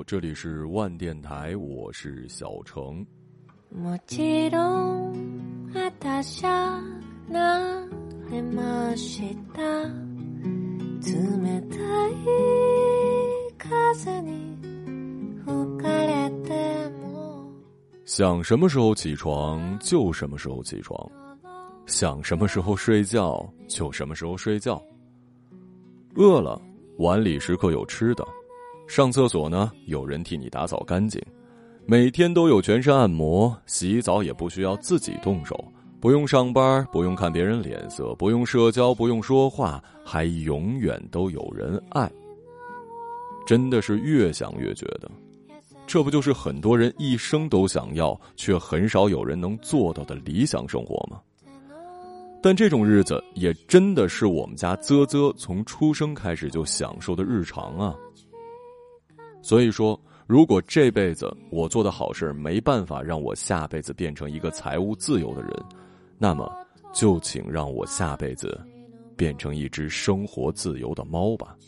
这里是万电台，我是小程。 もちろん私は慣れました。冷たい風に吹かれても， 想什么时候起床就什么时候起床，想什么时候睡觉就什么时候睡觉。饿了，碗里时刻有吃的；上厕所呢，有人替你打扫干净；每天都有全身按摩，洗澡也不需要自己动手，不用上班，不用看别人脸色，不用社交，不用说话，还永远都有人爱。真的是越想越觉得，这不就是很多人一生都想要，却很少有人能做到的理想生活吗？但这种日子也真的是我们家啧啧从出生开始就享受的日常啊。所以说，如果这辈子我做的好事没办法让我下辈子变成一个财务自由的人，那么就请让我下辈子变成一只生活自由的猫吧。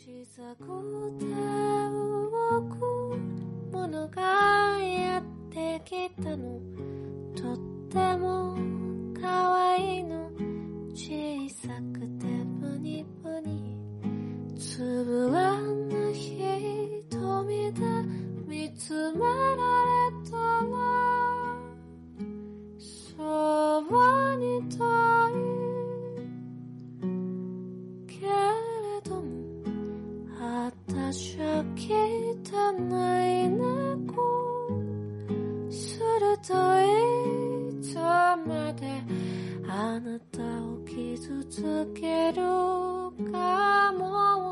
小さくてぷにぷにつぶらな瞳で見つめられたらそばにいたいけれども私は汚い猫鋭い爪であなたを傷つけるかも。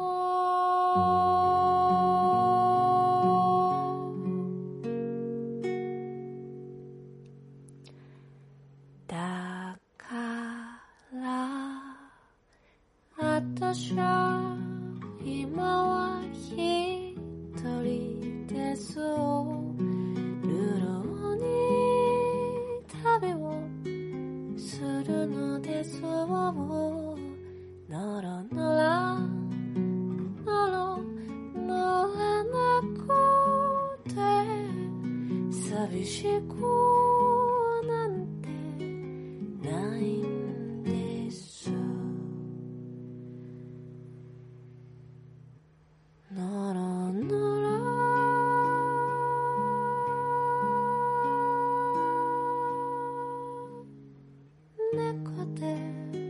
だから私は今は一人です流浪に旅をするのですをのろのらのろのらなくて寂しくなんてないんですのろのら猫で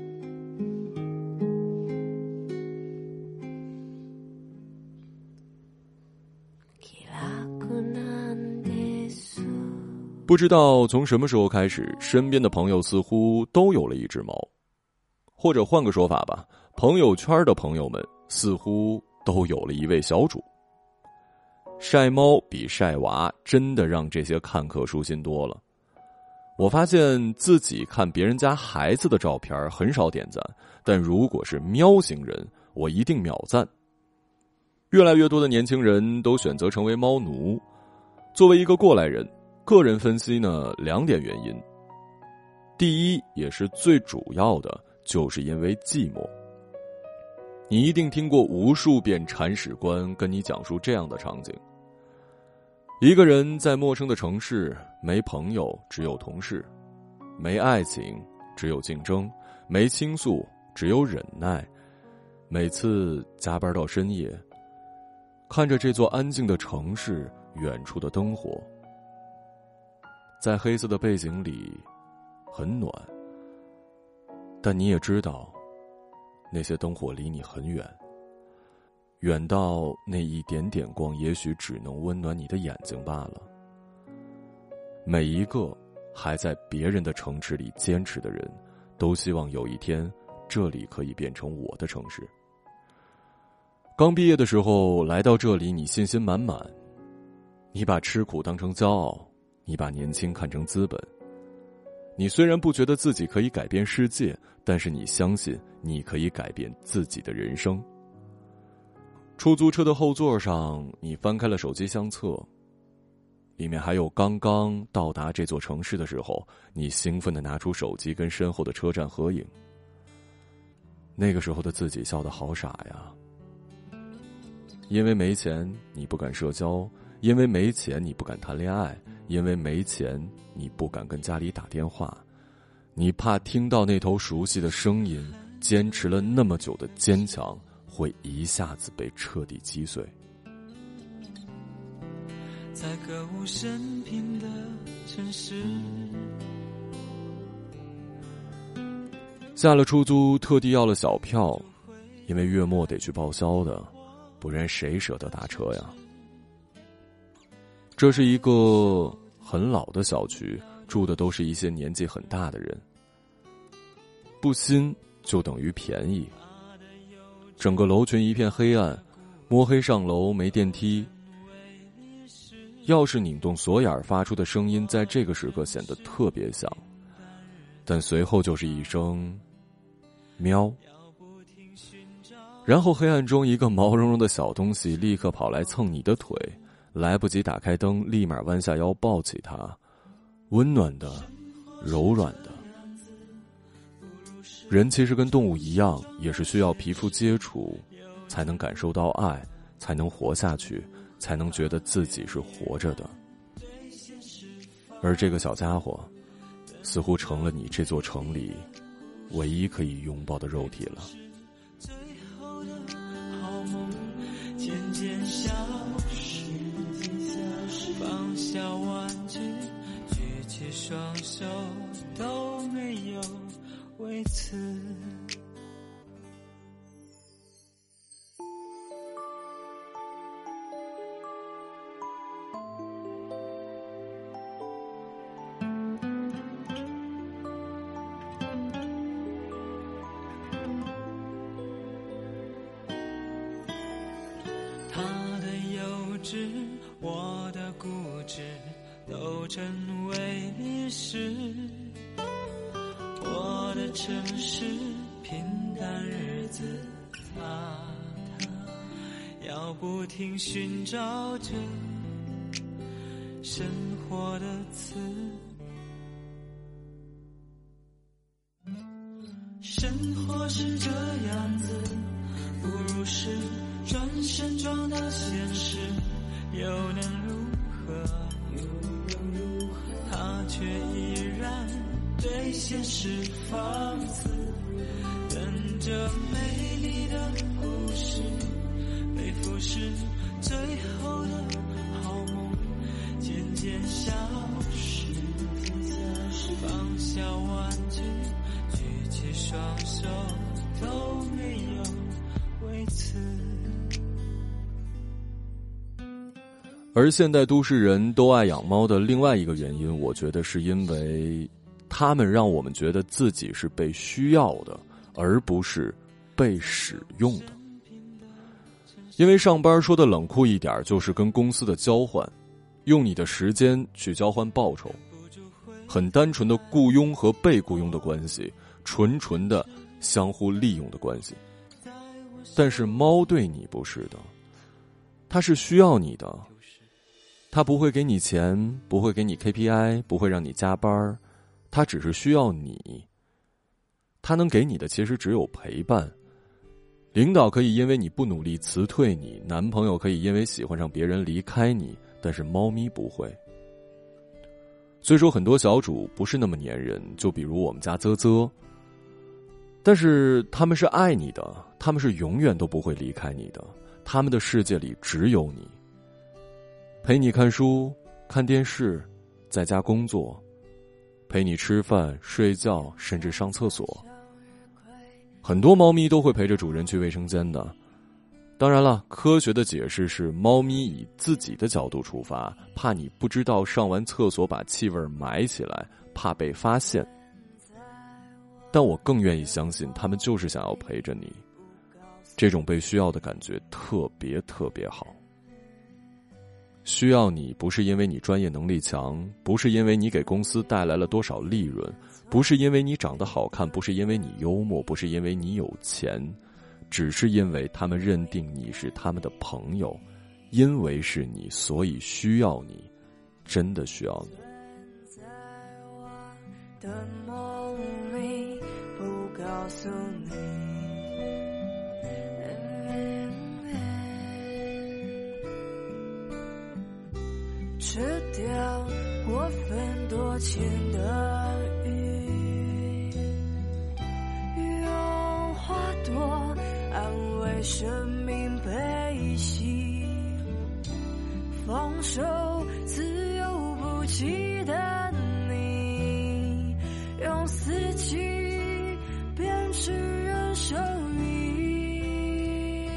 気楽なんです。 不知道从什么时候开始，身边的朋友似乎都有了一只猫，或者换个说法吧，朋友圈的朋友们似乎都有了一位小主。晒猫比晒娃真的让这些看客舒心多了。我发现自己看别人家孩子的照片很少点赞，但如果是喵星人，我一定秒赞。越来越多的年轻人都选择成为猫奴。作为一个过来人，个人分析呢2点原因。第一，也是最主要的，就是因为寂寞。你一定听过无数遍铲屎官跟你讲述这样的场景：一个人在陌生的城市，没朋友，只有同事；没爱情，只有竞争；没倾诉，只有忍耐。每次加班到深夜，看着这座安静的城市，远处的灯火，在黑色的背景里很暖，但你也知道那些灯火离你很远，远到那一点点光也许只能温暖你的眼睛罢了。每一个还在别人的城池里坚持的人，都希望有一天这里可以变成我的城市。刚毕业的时候来到这里，你信心满满，你把吃苦当成骄傲，你把年轻看成资本。你虽然不觉得自己可以改变世界，但是你相信你可以改变自己的人生。出租车的后座上，你翻开了手机相册，里面还有刚刚到达这座城市的时候，你兴奋地拿出手机跟身后的车站合影。那个时候的自己笑得好傻呀，因为没钱你不敢社交， 因为没钱你不敢谈恋爱，因为没钱你不敢跟家里打电话，你怕听到那头熟悉的声音，坚持了那么久的坚强会一下子被彻底击碎。 在歌舞升平的城市， 下了出租特地要了小票，因为月末得去报销的，不然谁舍得打车呀？这是一个很老的小区，住的都是一些年纪很大的人。不新就等于便宜。整个楼群一片黑暗，摸黑上楼没电梯，钥匙拧动锁眼发出的声音在这个时刻显得特别响，但随后就是一声喵，然后黑暗中一个毛茸茸的小东西立刻跑来蹭你的腿，来不及打开灯，立马弯下腰抱起它，温暖的，柔软的。人其实跟动物一样，也是需要皮肤接触才能感受到爱，才能活下去，才能觉得自己是活着的。而这个小家伙似乎成了你这座城里唯一可以拥抱的肉体了。 最后的好梦渐渐消失，放下玩具，举起双手都没有为此。他的幼稚，我的固执，都成为历史。我的城市，平淡日子，他要不停寻找着生活的词。生活是这样子，不如是转身撞到现实，又能如何？他却依然对现实放肆，等着美丽的故事被腐蚀，最后的好梦渐渐消失。放下玩具，举起双手都没有为此。 而现代都市人都爱养猫的另外一个原因，我觉得是因为他们让我们觉得自己是被需要的，而不是被使用的。因为上班说的冷酷一点，就是跟公司的交换，用你的时间去交换报酬，很单纯的雇佣和被雇佣的关系，纯纯的相互利用的关系。但是猫对你不是的，它是需要你的，它不会给你钱，不会给你 KPI， 不会让你加班，它只是需要你。它能给你的其实只有陪伴。领导可以因为你不努力辞退你，男朋友可以因为喜欢上别人离开你，但是猫咪不会。虽说很多小主不是那么粘人，就比如我们家啧啧，但是他们是爱你的，他们是永远都不会离开你的，他们的世界里只有你。陪你看书、看电视，在家工作，陪你吃饭、睡觉，甚至上厕所。很多猫咪都会陪着主人去卫生间的。当然了，科学的解释是猫咪以自己的角度出发，怕你不知道上完厕所把气味埋起来，怕被发现。但我更愿意相信他们就是想要陪着你，这种被需要的感觉特别特别好。需要你不是因为你专业能力强，不是因为你给公司带来了多少利润，不是因为你长得好看，不是因为你幽默，不是因为你有钱，只是因为他们认定你是他们的朋友，因为是你，所以需要你，真的需要你。 在我的梦里不告诉你， 吃掉过分多情的鱼，用花朵安慰生命悲喜，放手自由不羁的你，用四季编织人手艺。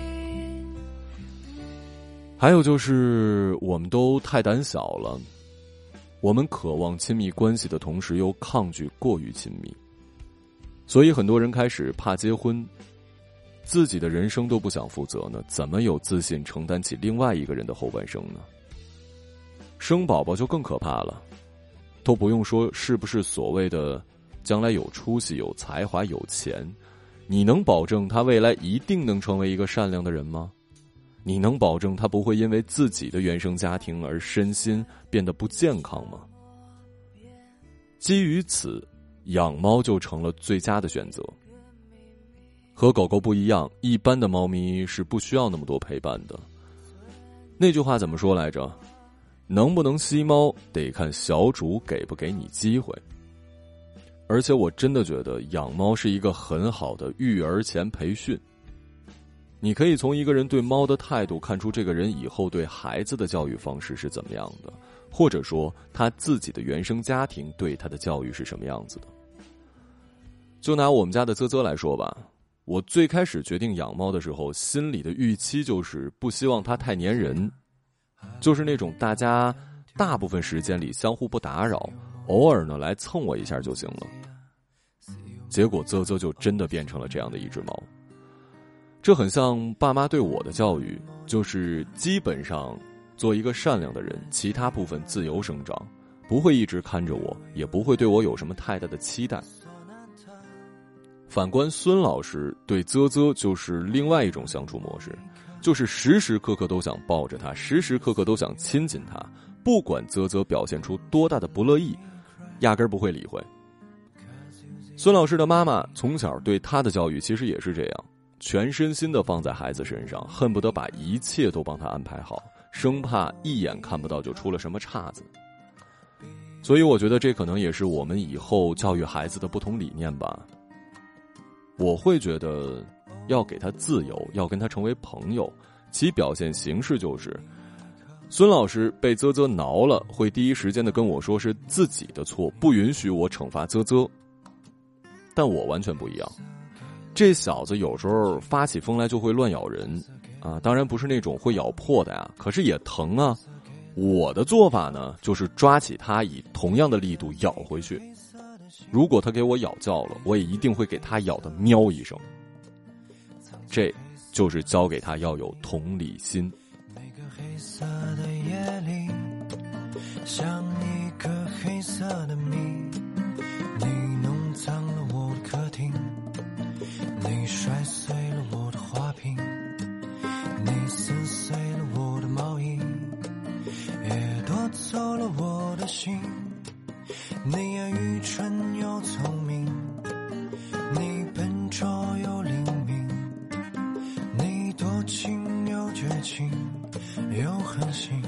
还有就是我们都太胆小了，我们渴望亲密关系的同时又抗拒过于亲密，所以很多人开始怕结婚，自己的人生都不想负责呢，怎么有自信承担起另外一个人的后半生呢？生宝宝就更可怕了，都不用说是不是所谓的将来有出息、有才华、有钱，你能保证他未来一定能成为一个善良的人吗？你能保证他不会因为自己的原生家庭而身心变得不健康吗？基于此，养猫就成了最佳的选择。和狗狗不一样，一般的猫咪是不需要那么多陪伴的。那句话怎么说来着？能不能吸猫，得看小主给不给你机会。而且我真的觉得养猫是一个很好的育儿前培训。你可以从一个人对猫的态度看出这个人以后对孩子的教育方式是怎么样的，或者说他自己的原生家庭对他的教育是什么样子的。就拿我们家的啧啧来说吧，我最开始决定养猫的时候，心里的预期就是不希望它太粘人，就是那种大家大部分时间里相互不打扰，偶尔呢来蹭我一下就行了。结果啧啧就真的变成了这样的一只猫。这很像爸妈对我的教育，就是基本上做一个善良的人，其他部分自由生长，不会一直看着我，也不会对我有什么太大的期待。反观孙老师对啧啧就是另外一种相处模式，就是时时刻刻都想抱着他，时时刻刻都想亲近他，不管啧啧表现出多大的不乐意，压根儿不会理会。孙老师的妈妈从小对他的教育其实也是这样，全身心的放在孩子身上，恨不得把一切都帮他安排好，生怕一眼看不到就出了什么岔子。所以我觉得这可能也是我们以后教育孩子的不同理念吧。我会觉得要给他自由，要跟他成为朋友，其表现形式就是孙老师被啧啧挠了，会第一时间的跟我说是自己的错，不允许我惩罚啧啧。但我完全不一样，这小子有时候发起疯来就会乱咬人啊，当然不是那种会咬破的呀，可是也疼啊。我的做法呢，就是抓起他以同样的力度咬回去。如果他给我咬叫了，我也一定会给他咬的喵一声。这就是教给他要有同理心。 每个黑色的夜里，像一个黑色的谜，你弄脏了我的客厅，你摔碎了我的花瓶，你撕碎了我的毛衣，也夺走了我的心。你也愚蠢又聪明，你笨拙又灵敏，你多情又绝情又狠心。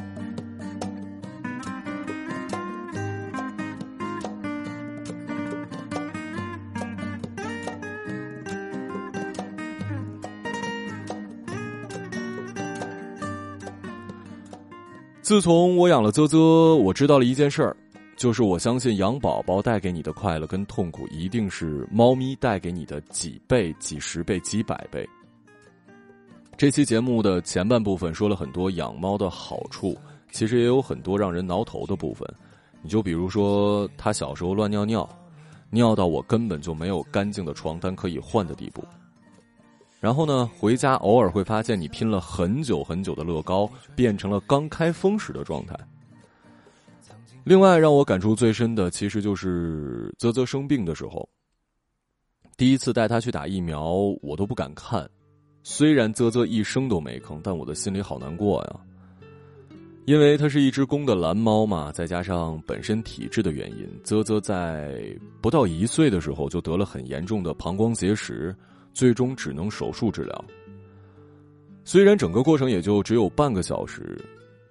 自从我养了啧啧，我知道了一件事儿，就是我相信养宝宝带给你的快乐跟痛苦一定是猫咪带给你的几倍、几十倍、几百倍。这期节目的前半部分说了很多养猫的好处，其实也有很多让人挠头的部分。你就比如说他小时候乱尿尿，尿到我根本就没有干净的床单可以换的地步。然后呢，回家偶尔会发现你拼了很久很久的乐高变成了刚开封时的状态。另外让我感触最深的其实就是啧啧生病的时候，第一次带他去打疫苗我都不敢看，虽然啧啧一声都没吭，但我的心里好难过呀。因为它是一只公的蓝猫嘛，再加上本身体质的原因，啧啧在不到1岁的时候就得了很严重的膀胱结石，最终只能手术治疗。虽然整个过程也就只有半个小时，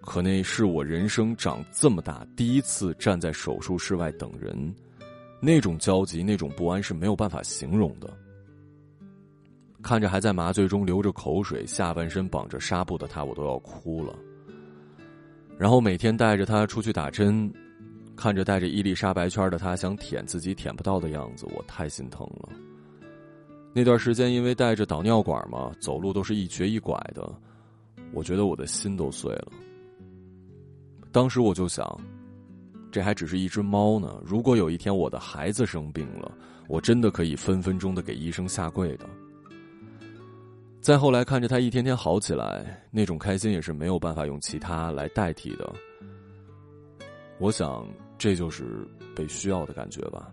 可那是我人生长这么大第一次站在手术室外等人，那种焦急，那种不安是没有办法形容的。看着还在麻醉中流着口水，下半身绑着纱布的他，我都要哭了。然后每天带着他出去打针，看着带着伊丽莎白圈的他想舔自己舔不到的样子，我太心疼了。那段时间因为带着导尿管嘛，走路都是一瘸一拐的，我觉得我的心都碎了。当时我就想，这还只是一只猫呢，如果有一天我的孩子生病了，我真的可以分分钟的给医生下跪的。再后来看着他一天天好起来，那种开心也是没有办法用其他来代替的。我想这就是被需要的感觉吧。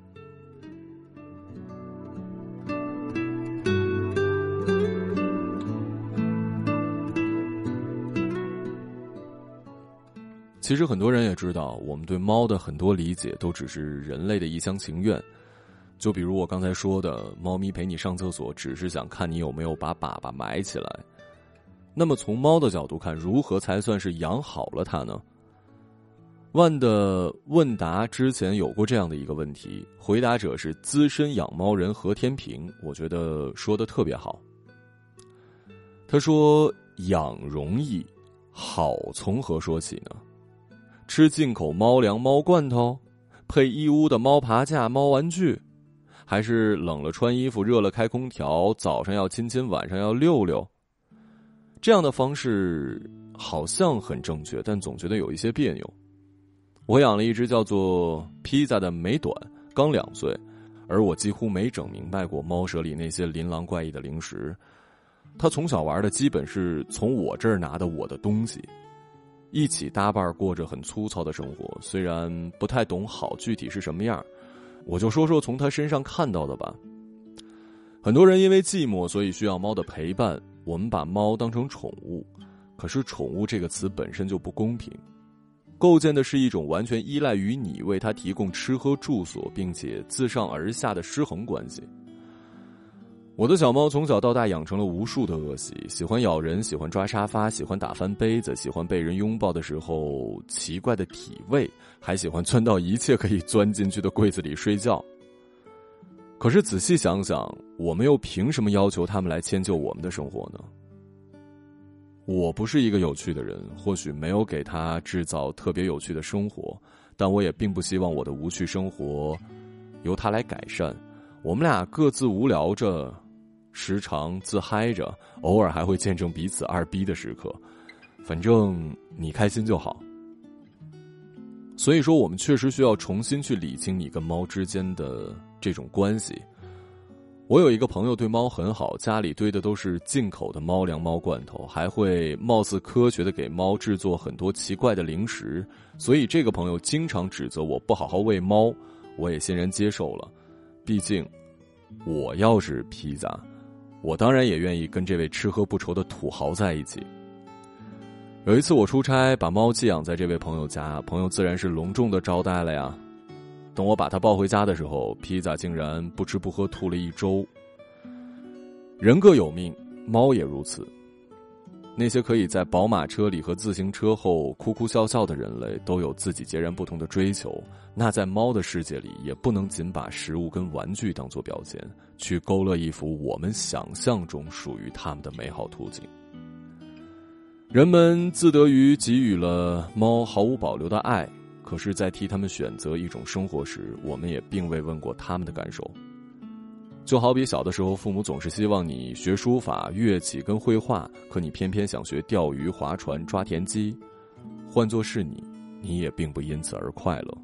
其实很多人也知道，我们对猫的很多理解都只是人类的一厢情愿。就比如我刚才说的，猫咪陪你上厕所只是想看你有没有把粑粑埋起来。那么从猫的角度看，如何才算是养好了它呢？万的问答之前有过这样的一个问题，回答者是资深养猫人何天平，我觉得说得特别好。他说，养容易，好从何说起呢？吃进口猫粮、猫罐头，配义乌的猫爬架、猫玩具，还是冷了穿衣服，热了开空调，早上要亲亲，晚上要遛遛？这样的方式好像很正确，但总觉得有一些别扭。我养了一只叫做披萨的美短，刚2岁，而我几乎没整明白过猫舍里那些琳琅怪异的零食。它从小玩的基本是从我这儿拿的我的东西，一起搭伴过着很粗糙的生活。虽然不太懂好具体是什么样，我就说说从他身上看到的吧。很多人因为寂寞，所以需要猫的陪伴，我们把猫当成宠物，可是宠物这个词本身就不公平，构建的是一种完全依赖于你为它提供吃喝住所，并且自上而下的失衡关系。我的小猫从小到大养成了无数的恶习，喜欢咬人，喜欢抓沙发，喜欢打翻杯子，喜欢被人拥抱的时候奇怪的体味，还喜欢钻到一切可以钻进去的柜子里睡觉。可是仔细想想，我们又凭什么要求他们来迁就我们的生活呢？我不是一个有趣的人，或许没有给他制造特别有趣的生活，但我也并不希望我的无趣生活由他来改善。我们俩各自无聊着，时常自嗨着，偶尔还会见证彼此二逼的时刻，反正你开心就好。所以说我们确实需要重新去理清你跟猫之间的这种关系。我有一个朋友对猫很好，家里堆的都是进口的猫粮、猫罐头，还会貌似科学的给猫制作很多奇怪的零食，所以这个朋友经常指责我不好好喂猫，我也欣然接受了。毕竟我要是披萨，我当然也愿意跟这位吃喝不愁的土豪在一起。有一次我出差，把猫寄养在这位朋友家，朋友自然是隆重的招待了呀。等我把它抱回家的时候，披萨竟然不吃不喝吐了1周。人各有命，猫也如此。那些可以在宝马车里和自行车后哭哭笑笑的人类，都有自己截然不同的追求。那在猫的世界里，也不能仅把食物跟玩具当作标签，去勾勒一幅我们想象中属于它们的美好图景。人们自得于给予了猫毫无保留的爱，可是在替他们选择一种生活时，我们也并未问过他们的感受。就好比小的时候，父母总是希望你学书法、乐器跟绘画，可你偏偏想学钓鱼、划船、抓田鸡。换作是你，你也并不因此而快乐。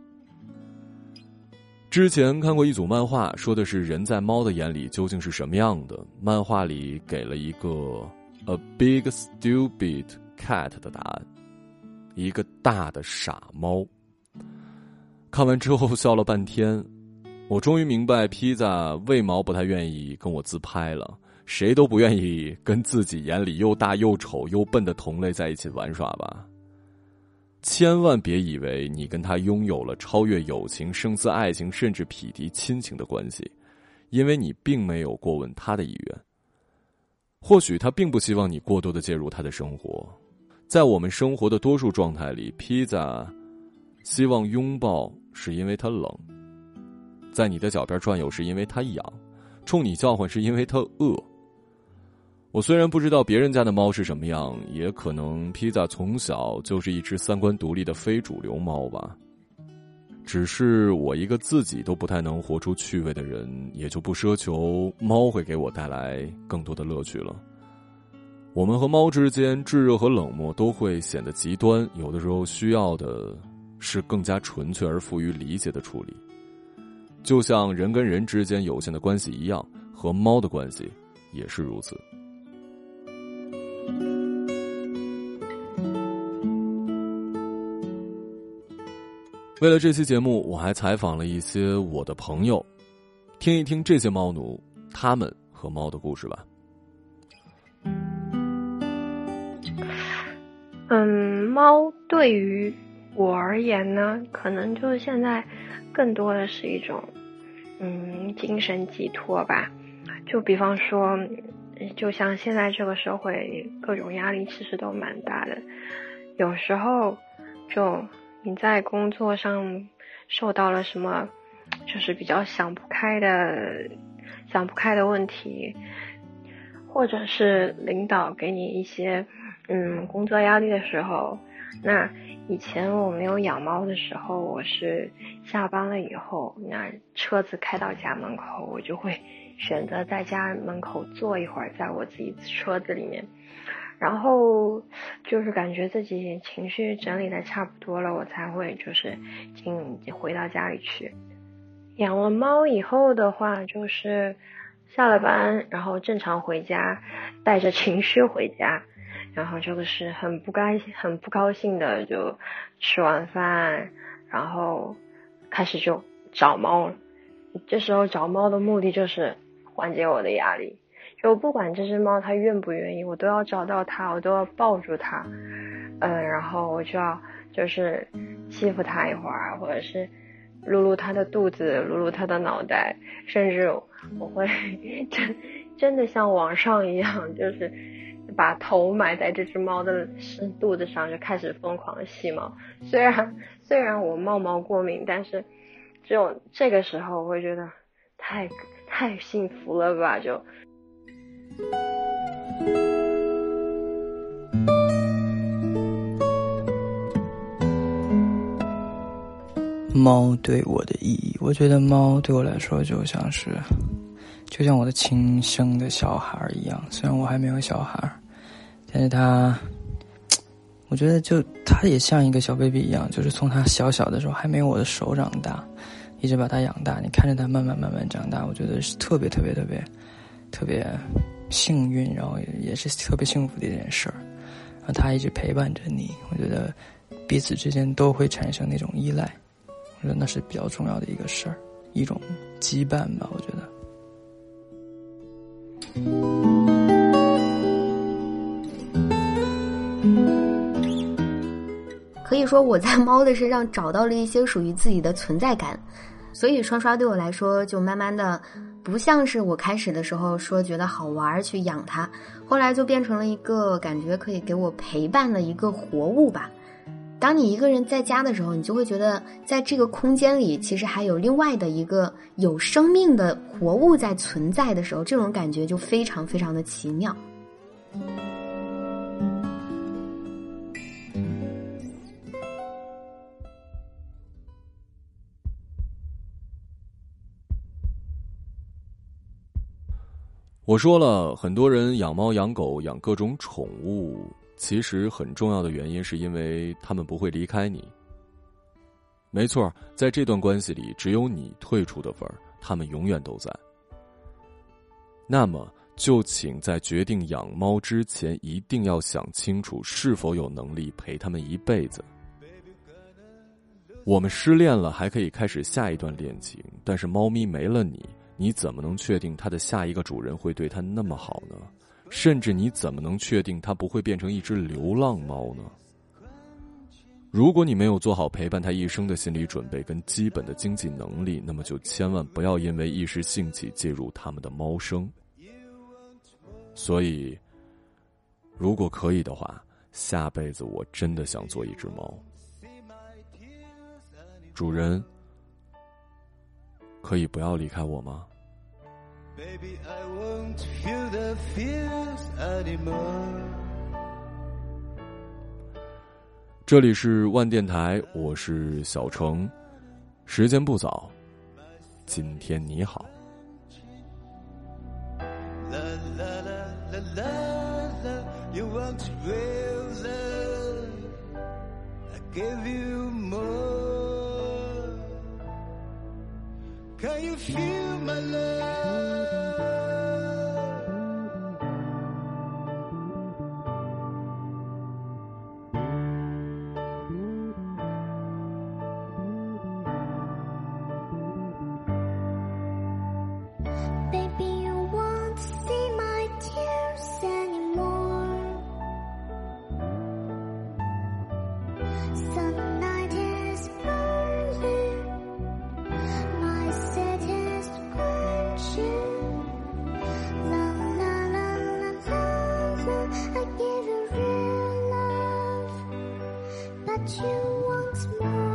之前看过一组漫画，说的是人在猫的眼里究竟是什么样的。漫画里给了一个 a big stupid cat 的答案，一个大的傻猫。看完之后笑了半天，我终于明白披萨为毛不太愿意跟我自拍了。谁都不愿意跟自己眼里又大又丑又笨的同类在一起玩耍吧。千万别以为你跟他拥有了超越友情、胜似爱情甚至匹敌亲情的关系，因为你并没有过问他的意愿。或许他并不希望你过多的介入他的生活， 在我们生活的多数状态里，披萨希望拥抱是因为它冷，在你的脚边转悠是因为它痒，冲你叫唤是因为它饿。我虽然不知道别人家的猫是什么样，也可能披萨从小就是一只三观独立的非主流猫吧。只是我一个自己都不太能活出趣味的人，也就不奢求猫会给我带来更多的乐趣了。我们和猫之间炙热和冷漠都会显得极端，有的时候需要的是更加纯粹而富于理解的处理。就像人跟人之间有限的关系一样，和猫的关系也是如此。为了这期节目，我还采访了一些我的朋友，听一听这些猫奴他们和猫的故事吧。 猫对于我而言呢，可能就是现在更多的是一种精神寄托吧。就比方说，就像现在这个社会，各种压力其实都蛮大的，有时候就你在工作上受到了什么就是比较想不开的问题，或者是领导给你一些工作压力的时候，那以前我没有养猫的时候，我是下班了以后，那车子开到家门口，我就会选择在家门口坐一会儿，在我自己车子里面，然后就是感觉自己情绪整理的差不多了，我才会就是回到家里去。养了猫以后的话，就是下了班然后正常回家，带着情绪回家，然后这个是很不高兴的，就吃完饭然后开始就找猫了。这时候找猫的目的就是缓解我的压力，就不管这只猫它愿不愿意，我都要找到它，我都要抱住它，然后我就要就是欺负它一会儿，或者是撸撸它的肚子，撸撸它的脑袋，甚至我会真的像网上一样，就是把头埋在这只猫的肚子上，就开始疯狂的吸毛。虽然我猫毛过敏，但是只有这个时候我会觉得太幸福了吧。就猫对我的意义，我觉得猫对我来说就像我的亲生的小孩一样。虽然我还没有小孩，但是我觉得它也像一个小 baby 一样，就是从它小小的时候还没有我的手长大，一直把它养大，你看着它慢慢长大，我觉得是特别幸运，然后也是特别幸福的一件事儿。然后它一直陪伴着你，我觉得彼此之间都会产生那种依赖，我觉得那是比较重要的一个事儿，一种羁绊吧，我觉得。 可以说我在猫的身上找到了一些属于自己的存在感，所以刷刷对我来说就慢慢的不像是我开始的时候说觉得好玩去养它，后来就变成了一个感觉可以给我陪伴的一个活物吧。当你一个人在家的时候，你就会觉得在这个空间里其实还有另外的一个有生命的活物在存在的时候，这种感觉就非常非常的奇妙。 我说了，很多人养猫养狗养各种宠物，其实很重要的原因是因为他们不会离开你。没错，在这段关系里，只有你退出的份儿，他们永远都在。那么就请在决定养猫之前，一定要想清楚是否有能力陪他们一辈子。我们失恋了，还可以开始下一段恋情，但是猫咪没了你怎么能确定它的下一个主人会对它那么好呢？甚至你怎么能确定它不会变成一只流浪猫呢？如果你没有做好陪伴它一生的心理准备跟基本的经济能力，那么就千万不要因为一时兴起介入他们的猫生。所以如果可以的话， 下辈子我真的想做一只猫。主人，可以不要离开我吗？ Baby, I won't feel the fears anymore. 这里是万电台，我是小程，时间不早，今天你好。 La la la la la la, you want real love? I gave you more. Can you feel my love? Baby, you won't see my tears anymore. Some night is burning, my city is quenching. La la la la la la, I give you real love, but you want more.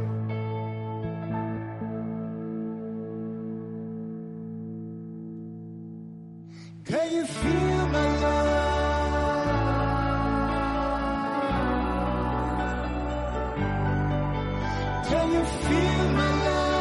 Can you feel my love? Can you feel my love?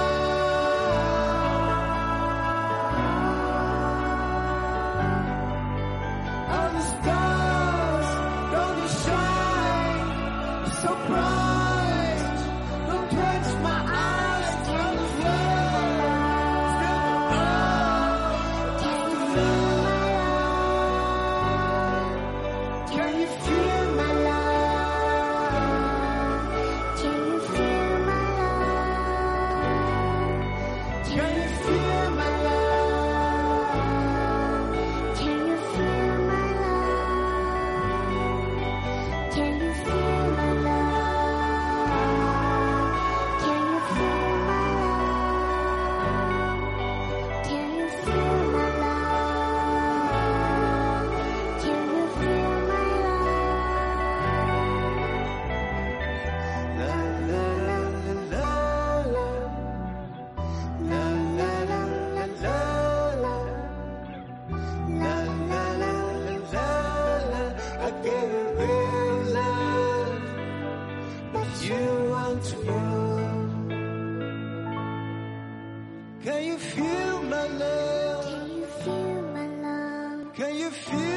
All the stars gonna shine so bright. Don't quench my eyes, tell the world. Still the love. Can you feel my love? Can you feel my love? Can you feel my love? Can you feel my love? Can you feel my love? Can you feel my love? Can you feel my love? Can you feel my La la la la la. La la la la la la. La la la la la. I gave you real love, but you want more. Can you feel my love? Can you feel my love? Can you feel